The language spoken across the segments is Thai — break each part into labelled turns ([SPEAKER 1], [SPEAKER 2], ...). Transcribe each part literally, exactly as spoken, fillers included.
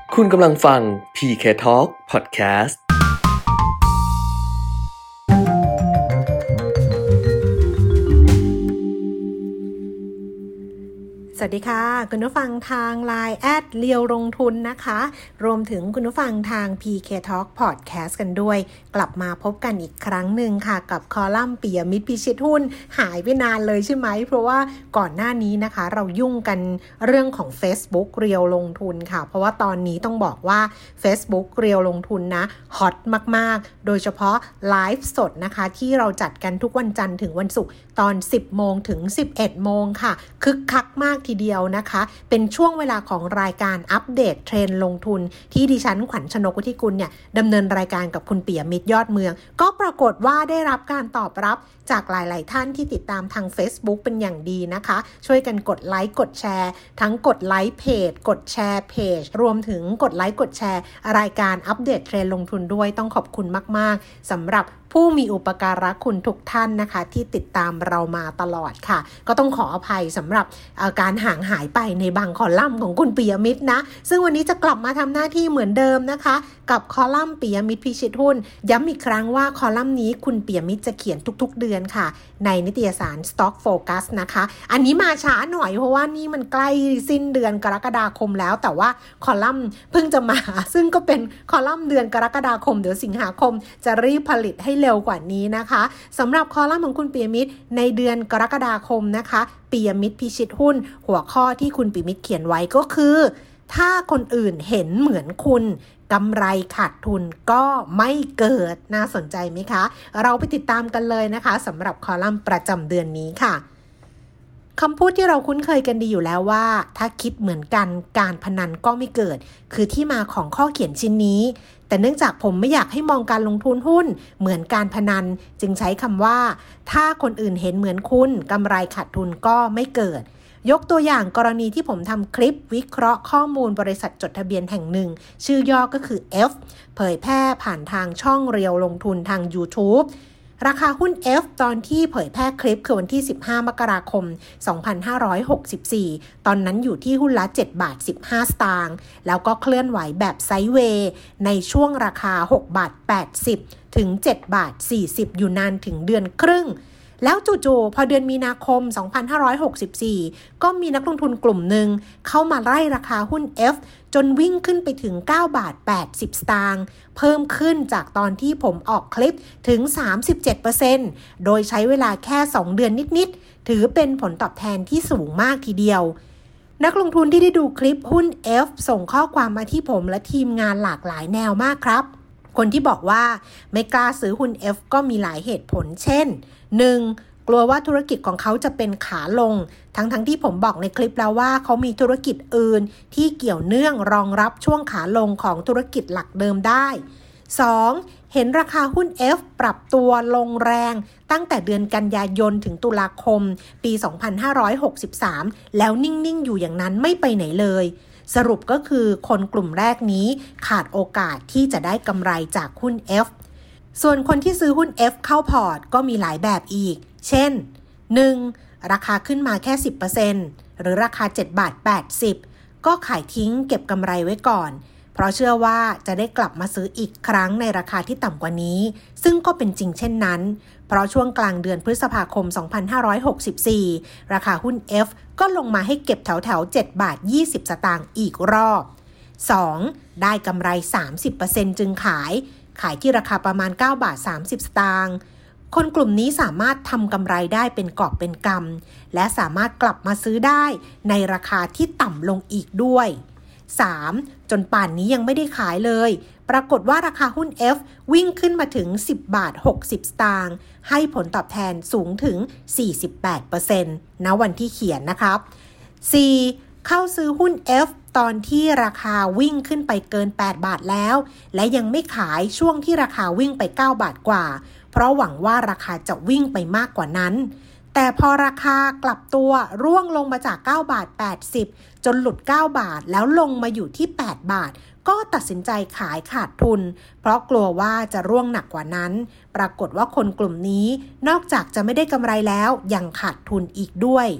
[SPEAKER 1] คุณกำลังฟัง พี เค Talk Podcast
[SPEAKER 2] สวัสดีค่ะคุณผู้ฟังทาง ไลน์ แอทเลียวลงทุนนะคะรวมถึงคุณผู้ฟังทาง พี เค Talk Podcast กันด้วยกลับมาพบกันอีกครั้งหนึ่งค่ะกับคอลัมน์ปิยมิตรพิชิตหุ้นหายไปนานเลยใช่ไหมเพราะว่าก่อนหน้านี้นะคะเรายุ่งกันเรื่องของ Facebook เรียวลงทุนค่ะเพราะว่าตอนนี้ต้องบอกว่า Facebook เรียวลงทุนนะฮอตมากๆโดยเฉพาะไลฟ์สดนะคะที่เราจัดกันทุกวันจันทร์ถึงวันศุกร์ตอน สิบโมงถึง สิบเอ็ดโมงค่ะคึกคักมากทีเดียวนะคะเป็นช่วงเวลาของรายการอัปเดตเทรนด์ลงทุนที่ดิฉันขวัญชนกวุฒิกุลเนี่ยดำเนินรายการกับคุณปิยมิตรยอดเมืองก็ปรากฏว่าได้รับการตอบรับจากหลายๆท่านที่ติดตามทาง Facebook เป็นอย่างดีนะคะช่วยกันกดไลค์กดแชร์ทั้งกดไลค์เพจกดแชร์เพจรวมถึงกดไลค์กดแชร์รายการอัปเดตเทรนด์ลงทุนด้วยต้องขอบคุณมากๆสำหรับผู้มีอุปการะคุณทุกท่านนะคะที่ติดตามเรามาตลอดค่ะก็ต้องขออภัยสำหรับการห่างหายไปในบางคอลัมน์ของคุณปิยมิตรนะซึ่งวันนี้จะกลับมาทำหน้าที่เหมือนเดิมนะคะกับคอลัมน์ปิยมิตรพิชิตหุ้นย้ำอีกครั้งว่าคอลัมน์นี้คุณปิยมิตรจะเขียนทุกๆเดือนค่ะในนิตยสาร Stock Focus นะคะอันนี้มาช้าหน่อยเพราะว่านี่มันใกล้สิ้นเดือนกรกฎาคมแล้วแต่ว่าคอลัมน์เพิ่งจะมาซึ่งก็เป็นคอลัมน์เดือนกรกฎาคมเดี๋ยวสิงหาคมจะรีบผลิตให้เร็วกว่านี้นะคะสำหรับคอลัมน์ของคุณปิยมิตรในเดือนกรกฎาคมนะคะปิยมิตรพิชิตหุ้นหัวข้อที่คุณปิยมิตรเขียนไว้ก็คือถ้าคนอื่นเห็นเหมือนคุณกำไรขาดทุนก็ไม่เกิดน่าสนใจไหมคะเราไปติดตามกันเลยนะคะสำหรับคอลัมน์ประจำเดือนนี้ค่ะคำพูดที่เราคุ้นเคยกันดีอยู่แล้วว่าถ้าคิดเหมือนกันการพนันก็ไม่เกิดคือที่มาของข้อเขียนชิ้นนี้แต่เนื่องจากผมไม่อยากให้มองการลงทุนหุ้นเหมือนการพนันจึงใช้คำว่าถ้าคนอื่นเห็นเหมือนคุณกำไรขาดทุนก็ไม่เกิดยกตัวอย่างกรณีที่ผมทำคลิปวิเคราะห์ข้อมูลบริษัทจดทะเบียนแห่งหนึ่งชื่อย่อก็คือ F เผยแพร่ผ่านทางช่องเรียวลงทุนทาง YouTubeราคาหุ้น F ตอนที่เผยแพร่คลิปคือวันที่สิบห้ามกราคมสองพันห้าร้อยหกสิบสี่ตอนนั้นอยู่ที่หุ้นละเจ็ดบาทสิบห้าสตางค์แล้วก็เคลื่อนไหวแบบไซด์เวย์ในช่วงราคาหกบาทแปดสิบถึงเจ็ดบาทสี่สิบอยู่นานถึงเดือนครึ่งแล้วจู่ๆพอเดือนมีนาคมสองพันห้าร้อยหกสิบสี่ก็มีนักลงทุนกลุ่มหนึ่งเข้ามาไล่ราคาหุ้น F จนวิ่งขึ้นไปถึงเก้าบาทแปดสิบสตางค์เพิ่มขึ้นจากตอนที่ผมออกคลิปถึง สามสิบเจ็ดเปอร์เซ็นต์ โดยใช้เวลาแค่สองเดือนนิดๆถือเป็นผลตอบแทนที่สูงมากทีเดียวนักลงทุนที่ได้ดูคลิปหุ้น F ส่งข้อความมาที่ผมและทีมงานหลากหลายแนวมากครับคนที่บอกว่าไม่กล้าซื้อหุ้น F ก็มีหลายเหตุผลเช่น หนึ่งกลัวว่าธุรกิจของเขาจะเป็นขาลงทั้งๆ ท, ที่ผมบอกในคลิปแล้วว่าเขามีธุรกิจอื่นที่เกี่ยวเนื่องรองรับช่วงขาลงของธุรกิจหลักเดิมได้ สอง เห็นราคาหุ้น F ปรับตัวลงแรงตั้งแต่เดือนกันยายนถึงตุลาคมปีสองพันห้าร้อยหกสิบสามแล้วนิ่งๆอยู่อย่างนั้นไม่ไปไหนเลยสรุปก็คือคนกลุ่มแรกนี้ขาดโอกาสที่จะได้กำไรจากหุ้น F ส่วนคนที่ซื้อหุ้น F เข้าพอร์ตก็มีหลายแบบอีกเช่น หนึ่ง ราคาขึ้นมาแค่ สิบเปอร์เซ็นต์ หรือราคาเจ็ดบาทแปดสิบก็ขายทิ้งเก็บกำไรไว้ก่อนเพราะเชื่อว่าจะได้กลับมาซื้ออีกครั้งในราคาที่ต่ำกว่านี้ซึ่งก็เป็นจริงเช่นนั้นเพราะช่วงกลางเดือนพฤษภาคมสองพันห้าร้อยหกสิบสี่ราคาหุ้น F ก็ลงมาให้เก็บแถวๆเจ็ดบาทยี่สิบสตางค์อีกรอบ สอง ได้กำไร สามสิบเปอร์เซ็นต์ จึงขายขายที่ราคาประมาณเก้าบาทสามสิบสตางค์คนกลุ่มนี้สามารถทำกำไรได้เป็นกอบเป็นกำและสามารถกลับมาซื้อได้ในราคาที่ต่ำลงอีกด้วย สาม จนป่านนี้ยังไม่ได้ขายเลยปรากฏว่าราคาหุ้น F วิ่งขึ้นมาถึงสิบบาทหกสิบสตางค์ให้ผลตอบแทนสูงถึง สี่สิบแปดเปอร์เซ็นต์ ณ วันที่เขียนนะครับ สี่ เข้าซื้อหุ้น F ตอนที่ราคาวิ่งขึ้นไปเกินแปดบาทแล้วและยังไม่ขายช่วงที่ราคาวิ่งไปเก้าบาทกว่าเพราะหวังว่าราคาจะวิ่งไปมากกว่านั้นแต่พอราคากลับตัวร่วงลงมาจากเก้าบาทแปดสิบจนหลุดเก้าบาทแล้วลงมาอยู่ที่แปดบาทก็ตัดสินใจขายขาดทุนเพราะกลัวว่าจะร่วงหนักกว่านั้นปรากฏว่าคนกลุ่มนี้นอกจากจะไม่ได้กำไรแล้วยังขาดทุนอีกด้วย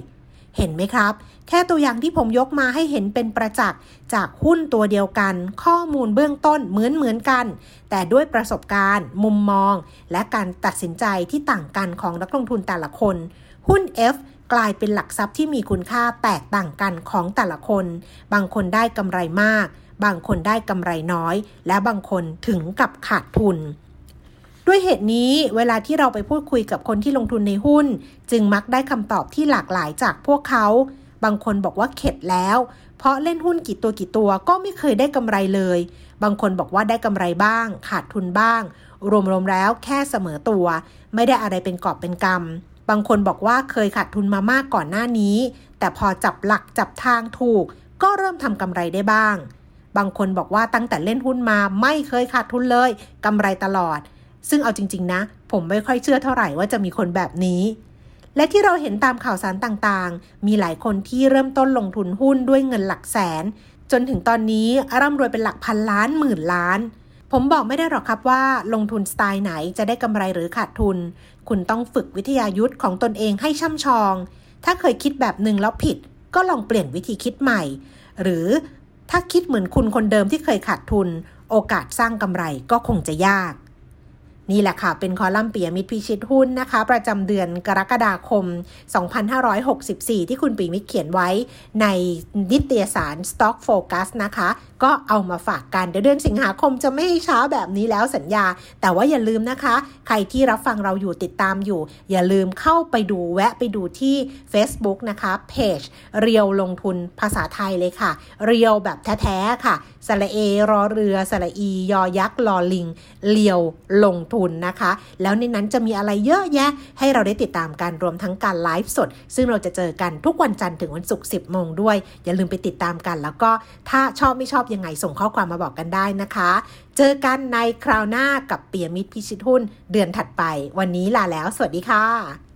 [SPEAKER 2] เห็นไหมครับแค่ตัวอย่างที่ผมยกมาให้เห็นเป็นประจักษ์จากหุ้นตัวเดียวกันข้อมูลเบื้องต้นเหมือนเหมือนกันแต่ด้วยประสบการณ์มุมมองและการตัดสินใจที่ต่างกันของนักลงทุนแต่ละคนหุ้น F กลายเป็นหลักทรัพย์ที่มีคุณค่าแตกต่างกันของแต่ละคนบางคนได้กำไรมากบางคนได้กำไรน้อยและบางคนถึงกับขาดทุนด้วยเหตุนี้เวลาที่เราไปพูดคุยกับคนที่ลงทุนในหุ้นจึงมักได้คำตอบที่หลากหลายจากพวกเขาบางคนบอกว่าเข็ดแล้วเพราะเล่นหุ้นกี่ตัวกี่ตัวก็ไม่เคยได้กำไรเลยบางคนบอกว่าได้กำไรบ้างขาดทุนบ้างรวมๆแล้วแค่เสมอตัวไม่ได้อะไรเป็นกอบเป็นกำบางคนบอกว่าเคยขาดทุนมามากก่อนหน้านี้แต่พอจับหลักจับทางถูกก็เริ่มทำกำไรได้บ้างบางคนบอกว่าตั้งแต่เล่นหุ้นมาไม่เคยขาดทุนเลยกำไรตลอดซึ่งเอาจริงๆนะผมไม่ค่อยเชื่อเท่าไหร่ว่าจะมีคนแบบนี้และที่เราเห็นตามข่าวสารต่างๆมีหลายคนที่เริ่มต้นลงทุนหุ้นด้วยเงินหลักแสนจนถึงตอนนี้ร่ำรวยเป็นหลักพันล้านหมื่นล้านผมบอกไม่ได้หรอกครับว่าลงทุนสไตล์ไหนจะได้กำไรหรือขาดทุนคุณต้องฝึกวิทยายุทธ์ของตนเองให้ช่ำชองถ้าเคยคิดแบบหนึ่งแล้วผิดก็ลองเปลี่ยนวิธีคิดใหม่หรือถ้าคิดเหมือนคุณคนเดิมที่เคยขาดทุนโอกาสสร้างกำไรก็คงจะยากนี่แหละค่ะเป็นคอลัมน์ปิยมิตรพิชิตหุ้นนะคะประจำเดือนกรกฎาคมสองพันห้าร้อยหกสิบสี่ที่คุณปิยมิตรเขียนไว้ในนิตยสาร Stock Focus นะคะก็เอามาฝากกันเดี๋ยวเดือนสิงหาคมจะไม่ให้ช้าแบบนี้แล้วสัญญาแต่ว่าอย่าลืมนะคะใครที่รับฟังเราอยู่ติดตามอยู่อย่าลืมเข้าไปดูแวะไปดูที่ Facebook นะคะเพจเรียวลงทุนภาษาไทยเลยค่ะเรียวแบบแท้ๆค่ะสระเอรอเรือสระอียอยักษ์ลอลิงเรียวลงทุนนะคะแล้วในนั้นจะมีอะไรเยอะแยะให้เราได้ติดตามกันรวมทั้งการไลฟ์สดซึ่งเราจะเจอกันทุกวันจันทร์ถึงวันศุกร์ สิบโมงด้วยอย่าลืมไปติดตามกันแล้วก็ถ้าชอบไม่ชอบยังไงส่งข้อความมาบอกกันได้นะคะเจอกันในคราวหน้ากับปิยมิตรพิชิตหุ้นเดือนถัดไปวันนี้ลาแล้วสวัสดีค่ะ